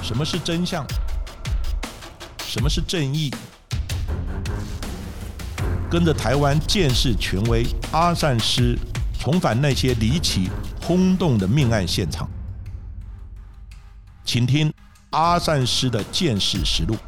什么是真相？什么是正义？跟着台湾鉴识权威阿善师重返那些离奇轰动的命案现场，请听阿善师的鉴识实录。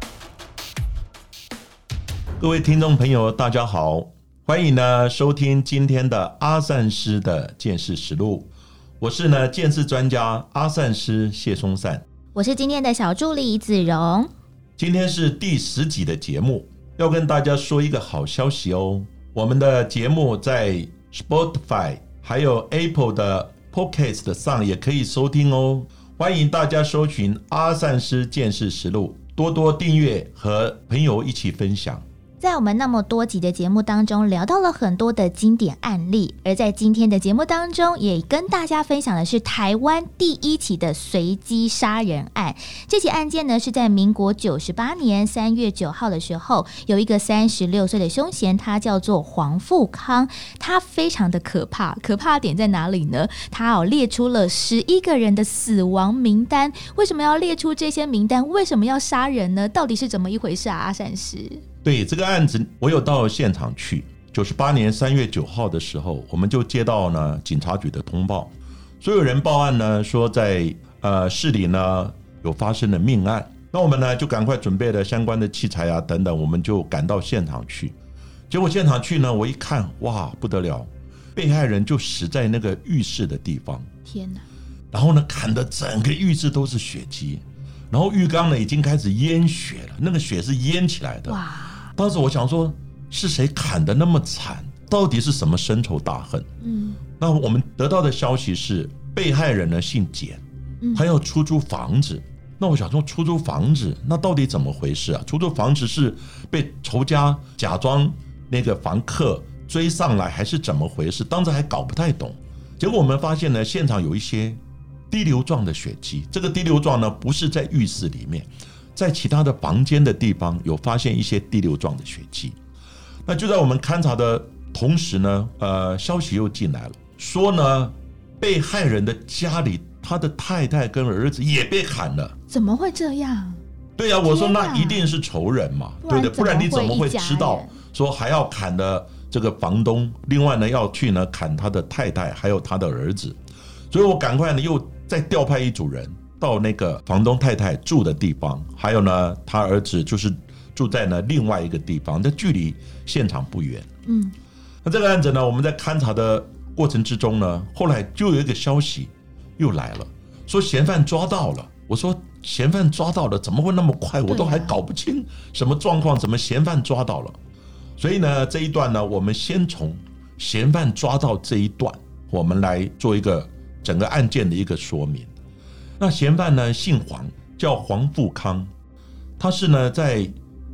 各位听众朋友大家好，欢迎收听今天的阿善师的鉴识实录。我是鉴识专家阿善师谢松善， 我是今天的小助理子荣。 今天是第10集的节目，要跟大家说一个好消息哦。我们的节目在 Spotify 还有 Apple 的 Podcast 上也可以收听哦。欢迎大家搜寻阿善师鉴识实录，多多订阅和朋友一起分享。 在我们那么多集的节目当中，聊到了很多的经典案例，而在今天的节目当中，也跟大家分享的是台湾第1起的随机杀人案。这起案件呢，是在民国98年3月9号的时候，有一个36岁的凶嫌，他叫做黄富康，他非常的可怕。可怕的点在哪里呢？他列出了11个人的死亡名单。为什么要列出这些名单？为什么要杀人呢？到底是怎么一回事啊？阿善师。 对这个案子，我有到现场去。98年3月9号的时候，我们就接到警察局的通报，所有人报案说在市里有发生了命案。那我们就赶快准备了相关的器材等等，我们就赶到现场去。结果现场去我一看，哇，不得了，被害人就死在那个浴室的地方。 天哪！ 然后砍的整个浴室都是血迹，然后浴缸已经开始淹血了，那个血是淹起来的。 哇！ 当时我想说，是谁砍得那么惨？到底是什么深仇大恨？那我们得到的消息是，被害人姓简，他要出租房子。那我想说，出租房子那到底怎么回事啊？出租房子是被仇家假装那个房客追上来，还是怎么回事？当时还搞不太懂。结果我们发现现场有一些滴流状的血迹。这个滴流状不是在浴室里面，在其他的房间的地方有发现一些滴流状的血迹。那就在我们勘查的同时消息又进来了，说被害人的家里，他的太太跟儿子也被砍了。 怎么会这样？ 对啊，我说那一定是仇人嘛，对不对？不然你怎么会知道说还要砍的这个房东，另外要去砍他的太太还有他的儿子。所以我赶快又再调派一组人到那个房东太太住的地方，还有他儿子就是住在另外一个地方，这距离现场不远。那这个案子我们在勘查的过程之中后来就有一个消息又来了，说嫌犯抓到了。我说嫌犯抓到了，怎么会那么快？我都还搞不清什么状况，怎么嫌犯抓到了？所以这一段我们先从嫌犯抓到这一段，我们来做一个整个案件的一个说明。那嫌犯姓黄，叫黄富康，他是在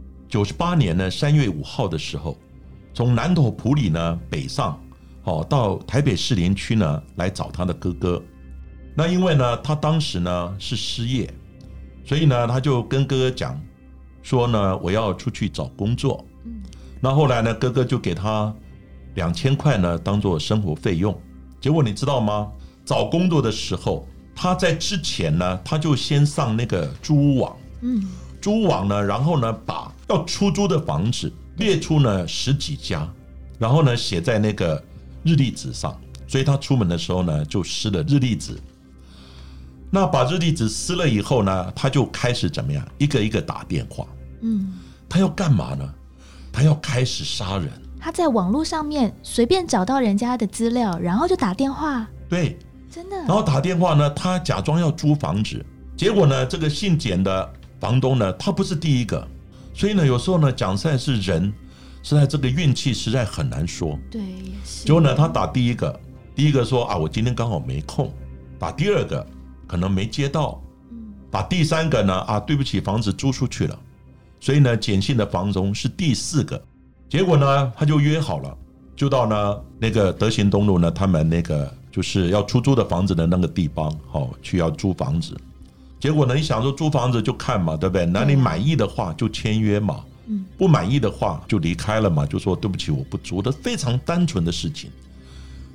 98年3月5号的时候，从南投埔里北上到台北士林区来找他的哥哥。那因为他当时是失业，所以他就跟哥哥讲说我要出去找工作。那后来哥哥就给他2000块当做生活费用。结果你知道吗？找工作的时候，他在之前他就先上那个租屋网，租屋网然后把要出租的房子列出10几家，然后写在那个日历纸上，所以他出门的时候就撕了日历纸。那把日历纸撕了以后他就开始怎么样？一个一个打电话。他要干嘛呢？他要开始杀人。 他在网络上面随便找到人家的资料，然后就打电话。 对， 真的。 然后打电话他假装要租房子，结果这个姓简的房东他不是第一个，所以有时候讲实在是人，实在这个运气实在很难说。 对，也是。 结果他打第一个说我今天刚好没空，打第二个可能没接到，打第三个对不起，房子租出去了，所以简姓的房东是第4个。结果他就约好了，就到那个德行东路他们那个就是要出租的房子的那个地方去要租房子。结果你想说租房子就看嘛，对不对？那你满意的话就签约嘛，不满意的话就离开了嘛，就说对不起我不租的，非常单纯的事情。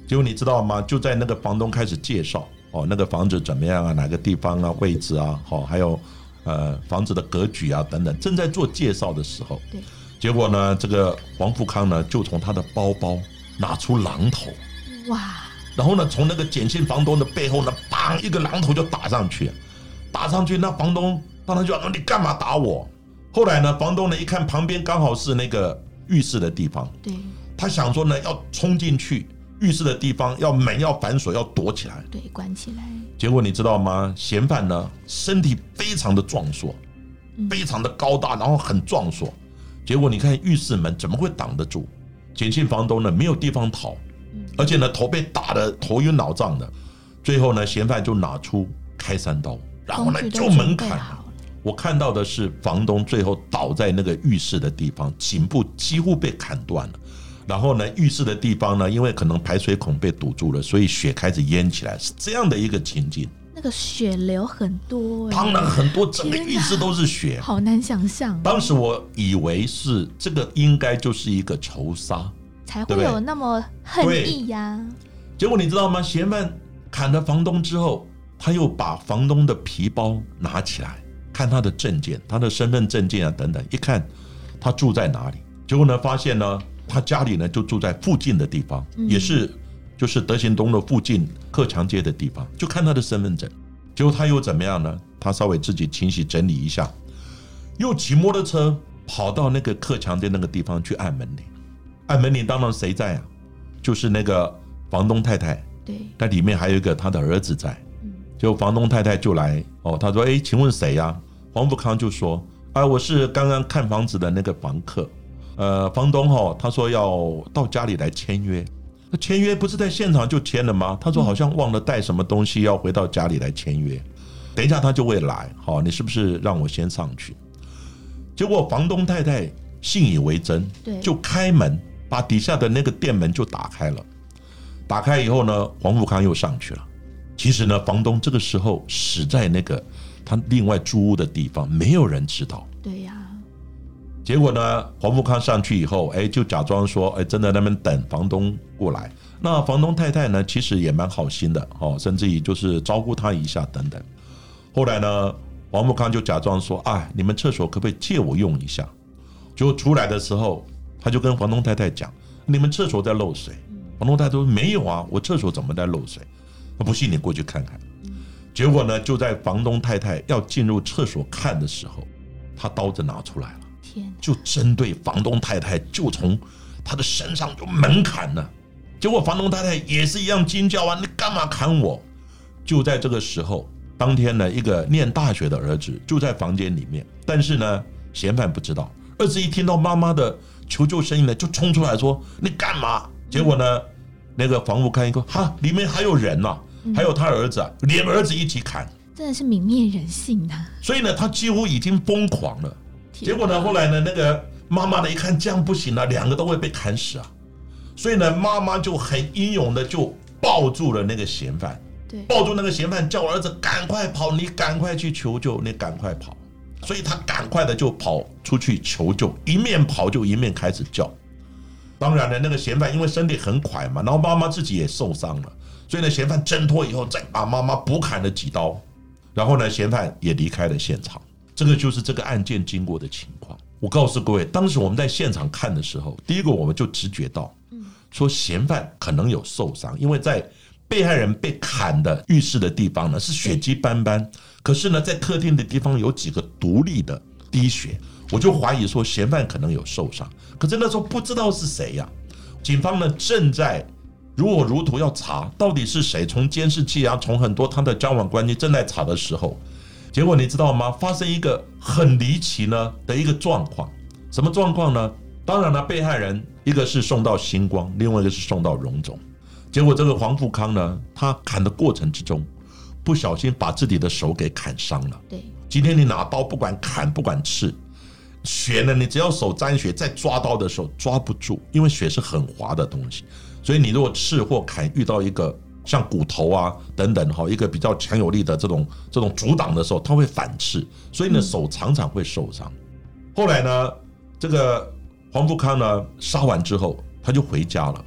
结果你知道吗？就在那个房东开始介绍那个房子怎么样啊，哪个地方啊，位置啊，还有房子的格局啊等等，正在做介绍的时候， 对， 结果呢，这个黄富康呢就从他的包包拿出榔头， 哇！ 然后呢，从那个简姓房东的背后呢，砰一个榔头就打上去，那房东当然就说你干嘛打我？后来呢，房东呢一看旁边刚好是那个浴室的地方， 对， 他想说呢要冲进去浴室的地方，要门要反锁要躲起来， 对，关起来。 结果你知道吗？嫌犯呢身体非常的壮硕，非常的高大，然后很壮硕。结果你看浴室门怎么会挡得住？简姓房东呢没有地方逃，而且呢头被打得头晕脑胀的。最后呢，嫌犯就拿出开山刀，然后呢就门砍。我看到的是房东最后倒在那个浴室的地方，颈部几乎被砍断了。然后呢，浴室的地方呢，因为可能排水孔被堵住了，所以血开始淹起来，是这样的一个情境。 那个血流很多， 当然很多，整个浴室都是血， 好难想象。 当时我以为是这个应该就是一个仇杀， 才会有那么恨意呀。 结果你知道吗？嫌犯砍了房东之后，他又把房东的皮包拿起来，看他的证件、他的身份证件啊等等，一看他住在哪里，结果呢发现呢。他家里呢就住在附近的地方，也是就是德行东路附近克强街的地方，就看他的身份证。结果他又怎么样呢？他稍微自己清洗整理一下，又骑摩托车跑到那个克强街那个地方去按门铃。按门铃当然谁在啊？就是那个房东太太。 对， 那里面还有一个他的儿子在。结果房东太太就来他说：“哎，请问谁呀？”黄富康就说：“我是刚刚看房子的那个房客。”房东他说要到家里来签约，签约不是在现场就签了吗？他说好像忘了带什么东西，要回到家里来签约。等一下他就会来，你是不是让我先上去？结果房东太太信以为真，就开门，把底下的那个店门就打开了。打开以后呢，黄富康又上去了。其实呢，房东这个时候死在那个他另外租屋的地方，没有人知道。 对呀。 结果呢，黄富康上去以后，就假装说，正在那边等房东过来。那房东太太呢，其实也蛮好心的，甚至于就是招呼他一下等等。后来呢，黄富康就假装说，你们厕所可不可以借我用一下？结果出来的时候，他就跟房东太太讲，你们厕所在漏水。房东太太说没有啊，我厕所怎么在漏水？不信你过去看看。结果呢，就在房东太太要进入厕所看的时候，他刀子拿出来了。就针对房东太太，就从他的身上就猛砍了。结果房东太太也是一样惊叫你干嘛砍我？就在这个时候，当天呢，一个念大学的儿子就在房间里面，但是呢，嫌犯不知道。儿子一听到妈妈的求救声音呢，就冲出来说你干嘛？结果呢，那个房屋看一个，里面还有人啊，还有他儿子连儿子一起砍， 真的是泯灭人性啊！ 所以呢，他几乎已经疯狂了。结果呢，后来呢，那个妈妈呢一看这样不行了，两个都会被砍死啊，所以呢，妈妈就很英勇的就抱住了那个嫌犯，抱住那个嫌犯，叫儿子赶快跑，你赶快去求救，你赶快跑。所以他赶快的就跑出去求救，一面跑就一面开始叫。当然呢，那个嫌犯因为身体很快嘛，然后妈妈自己也受伤了，所以呢，嫌犯挣脱以后再把妈妈补砍了几刀，然后呢，嫌犯也离开了现场。这个就是这个案件经过的情况。我告诉各位，当时我们在现场看的时候，第一个我们就直觉到，说嫌犯可能有受伤，因为在被害人被砍的浴室的地方呢是血迹斑斑，可是呢在客厅的地方有几个独立的滴血，我就怀疑说嫌犯可能有受伤，可是那时候不知道是谁呀。警方呢正在如火如荼要查到底是谁，从监视器啊，从很多他的交往关系正在查的时候，结果你知道吗？发生一个很离奇呢的一个状况。什么状况呢？当然了，被害人一个是送到星光，另外一个是送到荣总。结果这个黄富康呢，他砍的过程之中，不小心把自己的手给砍伤了。 对， 今天你拿刀不管砍不管刺，血呢，你只要手沾血，在抓刀的时候抓不住，因为血是很滑的东西，所以你如果刺或砍遇到一个像骨头啊等等一个比较强有力的这种阻挡的时候，它会反刺，所以呢手常常会受伤。后来呢，这个黄富康呢杀完之后，他就回家了。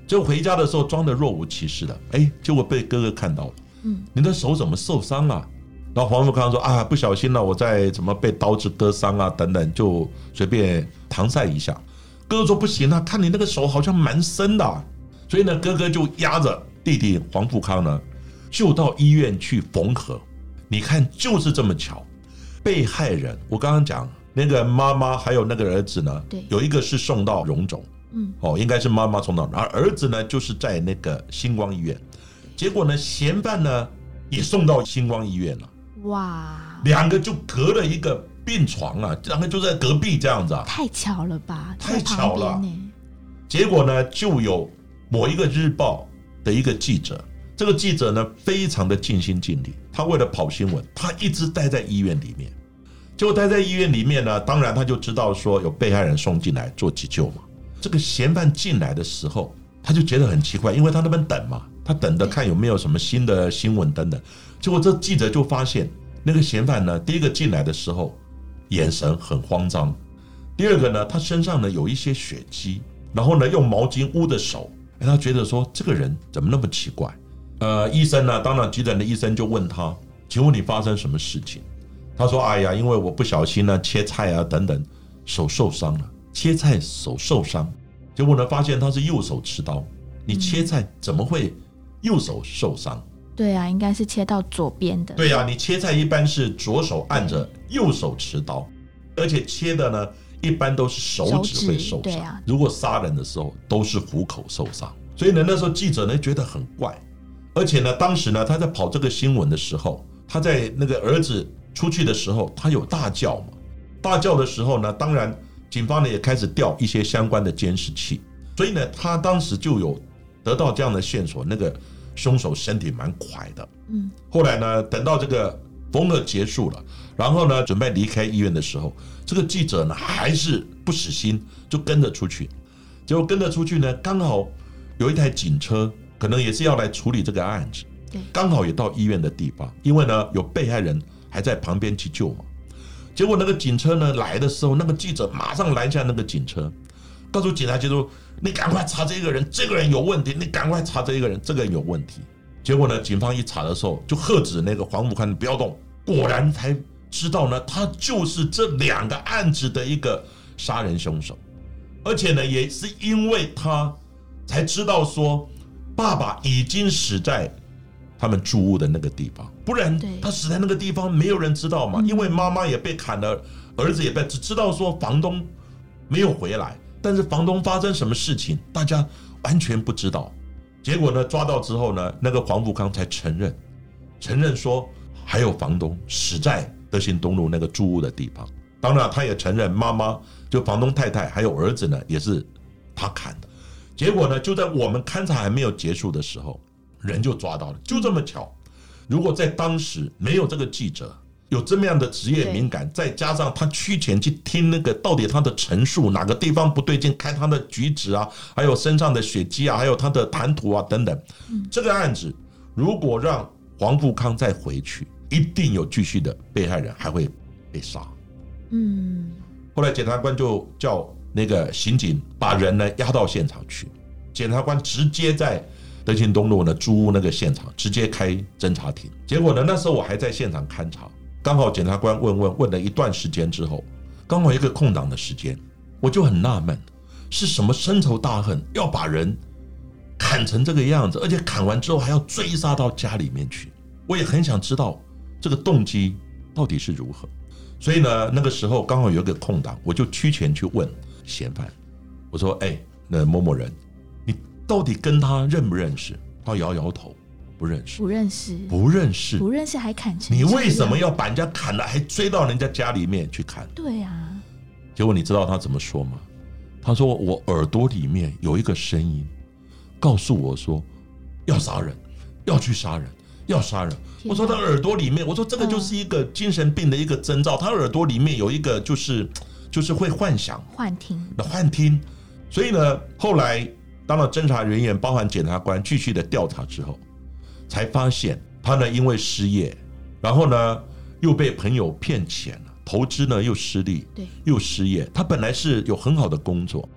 就回家的时候装的若无其事的，结果被哥哥看到了，你的手怎么受伤啊？然后黄富康说啊，不小心了，我在怎么被刀子割伤啊等等，就随便搪塞一下。哥哥说不行啊，看你那个手好像蛮深的啊，所以呢，哥哥就押着弟弟黄富康呢，就到医院去缝合。你看，就是这么巧，被害人我刚刚讲那个妈妈还有那个儿子呢，有一个是送到荣总，应该是妈妈送到，而儿子呢就是在那个星光医院。结果呢，嫌犯呢也送到星光医院了。 哇， 两个就隔了一个病床啊，两个就在隔壁这样子啊， 太巧了吧？ 太巧了。结果呢，就有某一个日报的一个记者，这个记者呢非常的尽心尽力，他为了跑新闻，他一直待在医院里面。结果待在医院里面呢，当然他就知道说有被害人送进来做急救嘛。这个嫌犯进来的时候，他就觉得很奇怪，因为他那边等嘛，他等着看有没有什么新的新闻等等。结果这记者就发现，那个嫌犯呢，第一个进来的时候眼神很慌张，第二个呢，他身上呢有一些血迹，然后呢用毛巾捂着手，他觉得说这个人怎么那么奇怪。医生呢，当然急诊的医生就问他，请问你发生什么事情？他说哎呀，因为我不小心呢切菜啊等等，手受伤了。切菜手受伤，结果呢发现他是右手持刀，你切菜怎么会右手受伤？ 对啊，应该是切到左边的。 对啊，你切菜一般是左手按着，右手持刀，而且切的呢一般都是手指会受伤。啊，如果杀人的时候都是虎口受伤。所以呢，那时候记者呢觉得很怪，而且呢，当时呢他在跑这个新闻的时候，他在那个儿子出去的时候，他有大叫嘛，大叫的时候呢，当然警方呢也开始调一些相关的监视器，所以呢，他当时就有得到这样的线索，那个凶手身体蛮快的。后来呢，等到这个缝合结束了，然后呢，准备离开医院的时候，这个记者呢还是不死心，就跟着出去。结果跟着出去呢，刚好有一台警车，可能也是要来处理这个案子，刚好也到医院的地方，因为呢有被害人还在旁边急救嘛。结果那个警车呢来的时候，那个记者马上拦下那个警车，告诉警察局说：“你赶快查这个人，这个人有问题，你赶快查这个人，这个人有问题。”结果呢，警方一查的时候，就喝止那个黄富康不要动。果然才知道呢，他就是这两个案子的一个杀人凶手，而且呢，也是因为他才知道说，爸爸已经死在他们住屋的那个地方，不然他死在那个地方没有人知道嘛，因为妈妈也被砍了，儿子也被，只知道说房东没有回来，但是房东发生什么事情大家完全不知道。结果呢，抓到之后呢，那个黄富康才承认说还有房东死在德兴东路那个住屋的地方。当然他也承认妈妈就房东太太还有儿子呢也是他砍的。结果呢，就在我们勘察还没有结束的时候，人就抓到了，就这么巧。如果在当时没有这个记者有这么样的职业敏感，再加上他趋前去听那个到底他的陈述哪个地方不对劲，看他的举止啊，还有身上的血迹啊，还有他的谈吐啊等等，这个案子如果让黄富康再回去，一定有继续的被害人还会被杀。后来检察官就叫那个刑警把人呢押到现场去，检察官直接在德兴东路呢租屋那个现场直接开侦查庭。结果呢，那时候我还在现场勘查，刚好检察官问了一段时间之后，刚好一个空档的时间，我就很纳闷，是什么深仇大恨要把人砍成这个样子，而且砍完之后还要追杀到家里面去。我也很想知道这个动机到底是如何。所以呢，那个时候刚好有一个空档，我就趋前去问嫌犯，我说：“那某某人，你到底跟他认不认识？”他摇摇头，不认识，不认识还砍成？你为什么要把人家砍了，还追到人家家里面去砍？ 对啊。 结果你知道他怎么说吗？他说：“我耳朵里面有一个声音，告诉我说要杀人，要去杀人。”要杀人，我说他耳朵里面，我说这个就是一个精神病的一个征兆，他耳朵里面有一个就是会幻想、幻听，所以呢，后来当了侦查人员，包含检察官继续的调查之后，才发现他呢因为失业，然后呢又被朋友骗钱了，投资呢又失利，又失业，他本来是有很好的工作，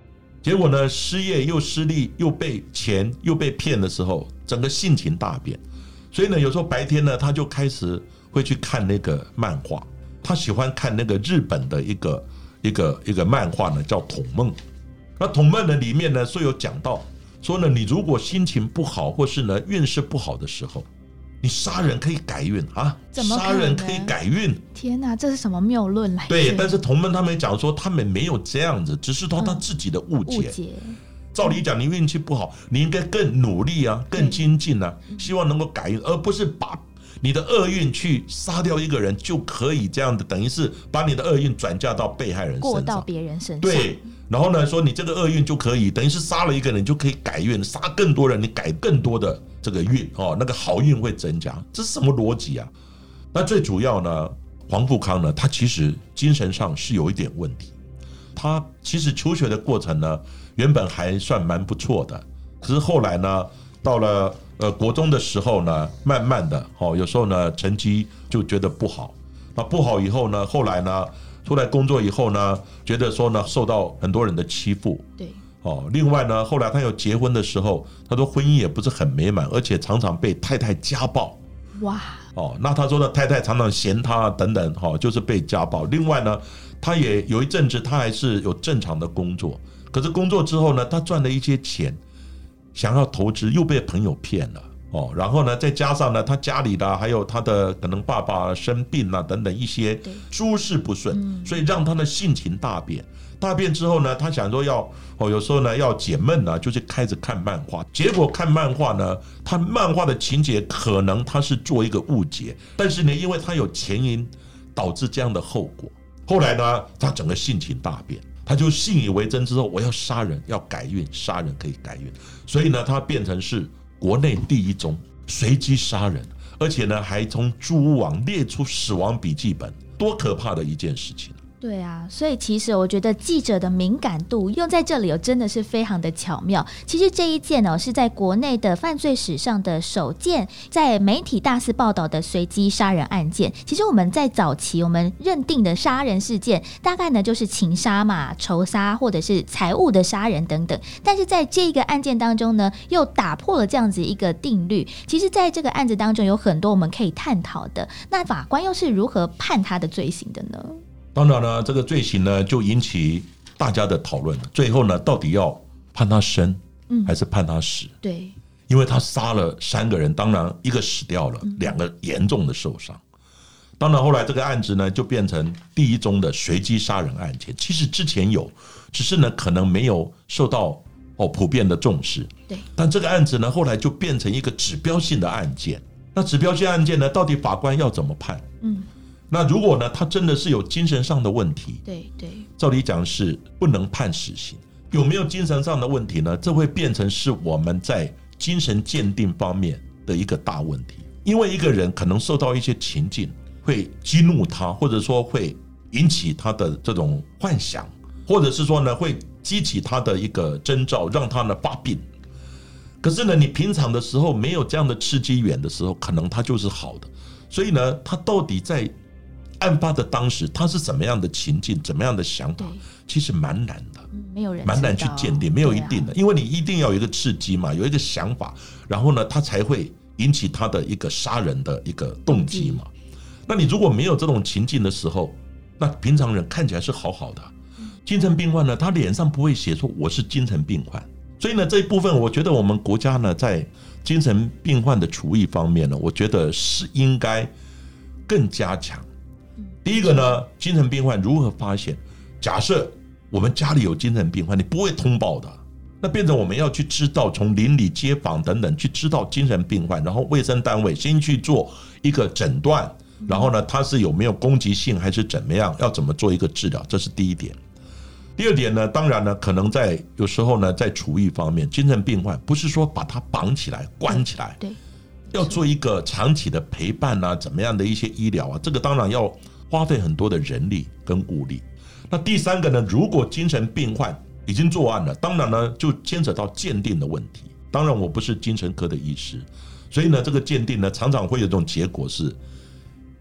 结果呢，失业又失利，又被钱又被骗的时候，整个性情大变。所以呢，有时候白天呢，他就开始会去看那个漫画，他喜欢看那个日本的一个漫画呢，叫《统梦》。那《统梦》呢里面呢，是有讲到说呢，你如果心情不好，或是呢运势不好的时候，你杀人可以改运啊！杀人可以改运？ 天哪，这是什么谬论来着？ 对，但是同门他们讲说，他们没有这样子，只是他自己的误解。照理讲，你运气不好，你应该更努力啊，更精进啊，希望能够改运，而不是把你的厄运去杀掉一个人就可以这样的，等于是把你的厄运转嫁到被害人身上， 过到别人身上。 对，然后呢，说你这个厄运就可以，等于是杀了一个人，你就可以改运，杀更多人，你改更多的这个运哦，那个好运会增加，这是什么逻辑啊？那最主要呢，黄富康呢，他其实精神上是有一点问题。他其实求学的过程呢，原本还算蛮不错的，可是后来呢，到了国中的时候呢，慢慢的有时候呢成绩就觉得不好，那不好以后呢，后来呢出来工作以后呢，觉得说呢受到很多人的欺负， 对， 另外呢，后来他有结婚的时候，他说婚姻也不是很美满，而且常常被太太家暴。 哇， 那他说的太太常常嫌他等等，就是被家暴。另外呢，他也有一阵子他还是有正常的工作，可是工作之后呢，他赚了一些钱，想要投资又被朋友骗了。然后呢，再加上呢，他家里的还有他的可能爸爸生病啊等等一些诸事不顺，所以让他的性情大变。大变之后呢，他想说有时候呢要解闷啊，就是开始看漫画。结果看漫画呢，他漫画的情节可能他是做一个误解，但是呢，因为他有前因，导致这样的后果。后来呢，他整个性情大变，他就信以为真之后，我要杀人，要改运，杀人可以改运。所以呢，他变成是国内第一宗随机杀人，而且呢，还从租屋网列出死亡笔记本，多可怕的一件事情。 对啊，所以其实我觉得记者的敏感度用在这里真的是非常的巧妙。其实这一件是在国内的犯罪史上的首件在媒体大肆报道的随机杀人案件。其实我们在早期我们认定的杀人事件大概呢就是情杀嘛、仇杀或者是财物的杀人等等，但是在这个案件当中呢，又打破了这样子一个定律。其实在这个案子当中有很多我们可以探讨的，那法官又是如何判他的罪行的呢？ 当然呢，这个罪行呢就引起大家的讨论了。最后呢，到底要判他生还是判他死？ 对， 因为他杀了3个人，当然一个死掉了，2个严重的受伤。当然后来这个案子呢就变成第一宗的随机杀人案件。其实之前有，只是呢可能没有受到普遍的重视。 对， 但这个案子呢后来就变成一个指标性的案件。那指标性案件呢，到底法官要怎么判？那如果呢，他真的是有精神上的问题， 对， 照理讲是不能判死刑。有没有精神上的问题呢？这会变成是我们在精神鉴定方面的一个大问题。因为一个人可能受到一些情境，会激怒他，或者说会引起他的这种幻想，或者是说呢，会激起他的一个征兆，让他呢发病。可是呢，你平常的时候没有这样的刺激源的时候，可能他就是好的。所以呢，他到底在案发的当时他是怎么样的情境，怎么样的想法，其实蛮难的， 没有人蛮难去鉴定，没有一定的，因为你一定要有一个刺激嘛，有一个想法，然后呢他才会引起他的一个杀人的一个动机嘛。那你如果没有这种情境的时候，那平常人看起来是好好的，精神病患呢，他脸上不会写说我是精神病患。所以呢，这一部分我觉得我们国家呢在精神病患的处理方面呢，我觉得是应该更加强。第一个呢，精神病患如何发现？假设我们家里有精神病患，你不会通报的，那变成我们要去知道，从邻里街坊等等去知道精神病患，然后卫生单位先去做一个诊断，然后呢，他是有没有攻击性还是怎么样，要怎么做一个治疗，这是第一点。第二点呢，当然呢，可能在有时候呢，在处遇方面，精神病患不是说把他绑起来、关起来， 对， 要做一个长期的陪伴啊，怎么样的一些医疗啊，这个当然要花费很多的人力跟物力。那第三个呢，如果精神病患已经作案了，当然呢就牵扯到鉴定的问题。当然我不是精神科的医师，所以呢这个鉴定呢常常会有这种结果是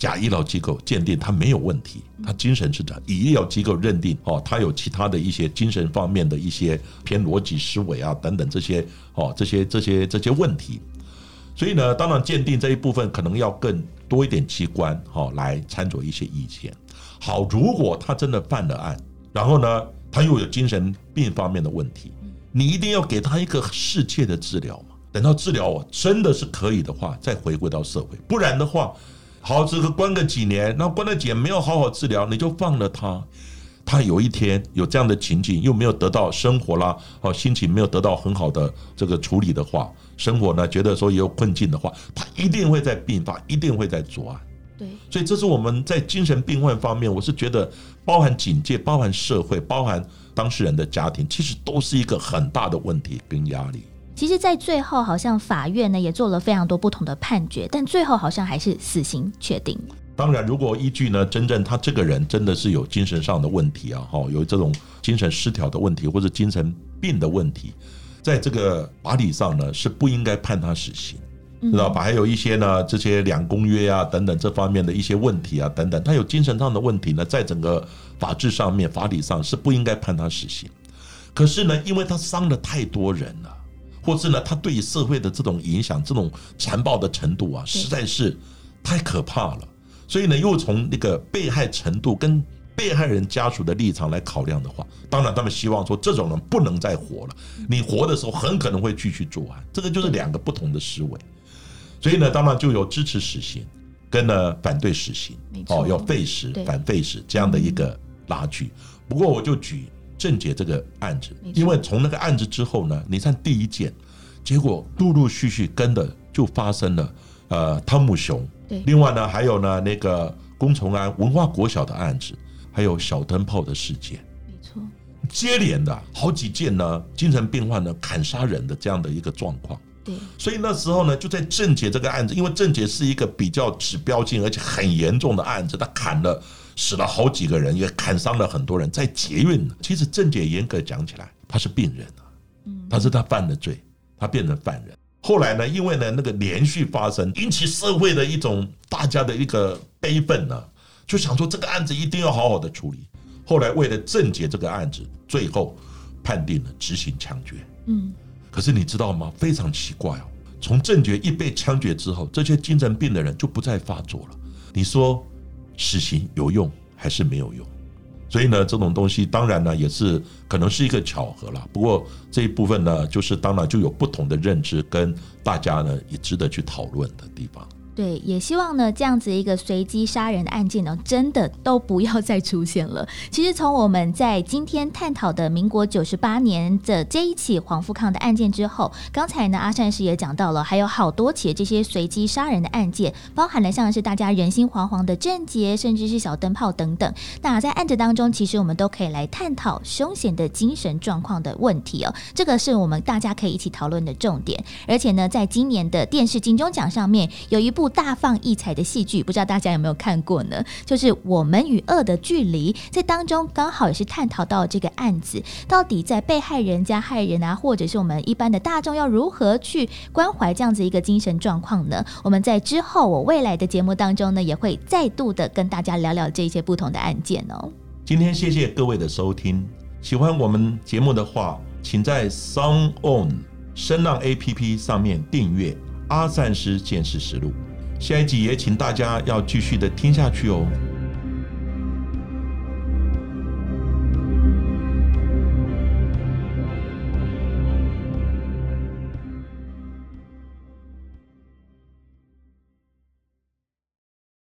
假医疗机构鉴定他没有问题，他精神是这样，以医疗机构认定他有其他的一些精神方面的一些偏逻辑思维啊等等这些问题。所以呢，当然鉴定这一部分可能要更多一点机关来参照一些意见。好，如果他真的犯了案，然后呢他又有精神病方面的问题，你一定要给他一个适切的治疗嘛。等到治疗真的是可以的话，再回归到社会。不然的话，好，这个关个几年，然后关了几年没有好好治疗，你就放了他。他有一天有这样的情景，又没有得到生活啦，心情没有得到很好的这个处理的话，生活呢觉得说也有困境的话，他一定会在病发，一定会在作案。 对，所以这是我们在精神病患方面，我是觉得包含警戒、包含社会、包含当事人的家庭，其实都是一个很大的问题跟压力。 其实在最后好像法院呢也做了非常多不同的判决，但最后好像还是死刑确定。 当然如果依据呢真正他这个人真的是有精神上的问题啊，有这种精神失调的问题或者精神病的问题，在这个法理上呢是不应该判他死刑，知道吧？还有一些呢这些两公约啊等等这方面的一些问题啊等等，他有精神上的问题呢，在整个法制上面法理上是不应该判他死刑。可是呢因为他伤了太多人了，或是呢他对社会的这种影响，这种残暴的程度啊实在是太可怕了。所以呢又从那个被害程度跟被害人家属的立场来考量的话，当然他们希望说这种人不能再活了，你活的时候很可能会继续作案，这个就是两个不同的思维。所以呢当然就有支持死刑跟呢反对死刑，有废死反废死这样的一个拉锯。不过我就举郑捷这个案子，因为从那个案子之后呢，你看第一件，结果陆陆续续跟的就发生了汤姆熊，另外呢还有呢那个龚崇安文化国小的案子，还有小灯泡的事件， 没错， 接连的好几件呢精神病患呢砍杀人的这样的一个状况。 对， 所以那时候呢就在郑捷这个案子，因为郑捷是一个比较指标性而且很严重的案子，他死了好几个人，也砍伤了很多人，在捷运。其实郑捷严格讲起来他是病人啊，但是他犯了罪，他变成犯人。后来呢因为呢那个连续发生，引起社会的一种大家的一个悲愤呢，就想说这个案子一定要好好的处理。后来为了郑捷这个案子，最后判定了执行枪决。可是你知道吗？非常奇怪哦，从郑捷一被枪决之后，这些精神病的人就不再发作了。你说死刑有用还是没有用？所以呢这种东西当然呢也是可能是一个巧合啦，不过这一部分呢就是当然就有不同的认知，跟大家呢也值得去讨论的地方。 对，也希望呢这样子一个随机杀人的案件呢真的都不要再出现了。其实从我们在今天探讨的民国98年的这一起黄富康的案件之后，刚才呢阿善师也讲到了还有好多起这些随机杀人的案件，包含了像是大家人心惶惶的郑捷，甚至是小灯泡等等。那在案子当中其实我们都可以来探讨凶嫌的精神状况的问题哦，这个是我们大家可以一起讨论的重点。而且呢在今年的电视金钟奖上面有一部大放异彩的戏剧，不知道大家有没有看过呢？就是《我们与恶的距离》，在当中刚好也是探讨到这个案子到底在被害人、加害人啊，或者是我们一般的大众要如何去关怀这样子一个精神状况呢？我们在之后我未来的节目当中呢，也会再度的跟大家聊聊这些不同的案件哦。 今天谢谢各位的收听，喜欢我们节目的话，请在 Sound On 声浪 APP 上面订阅阿善师见识实录。下一集也请大家要继续的听下去哦。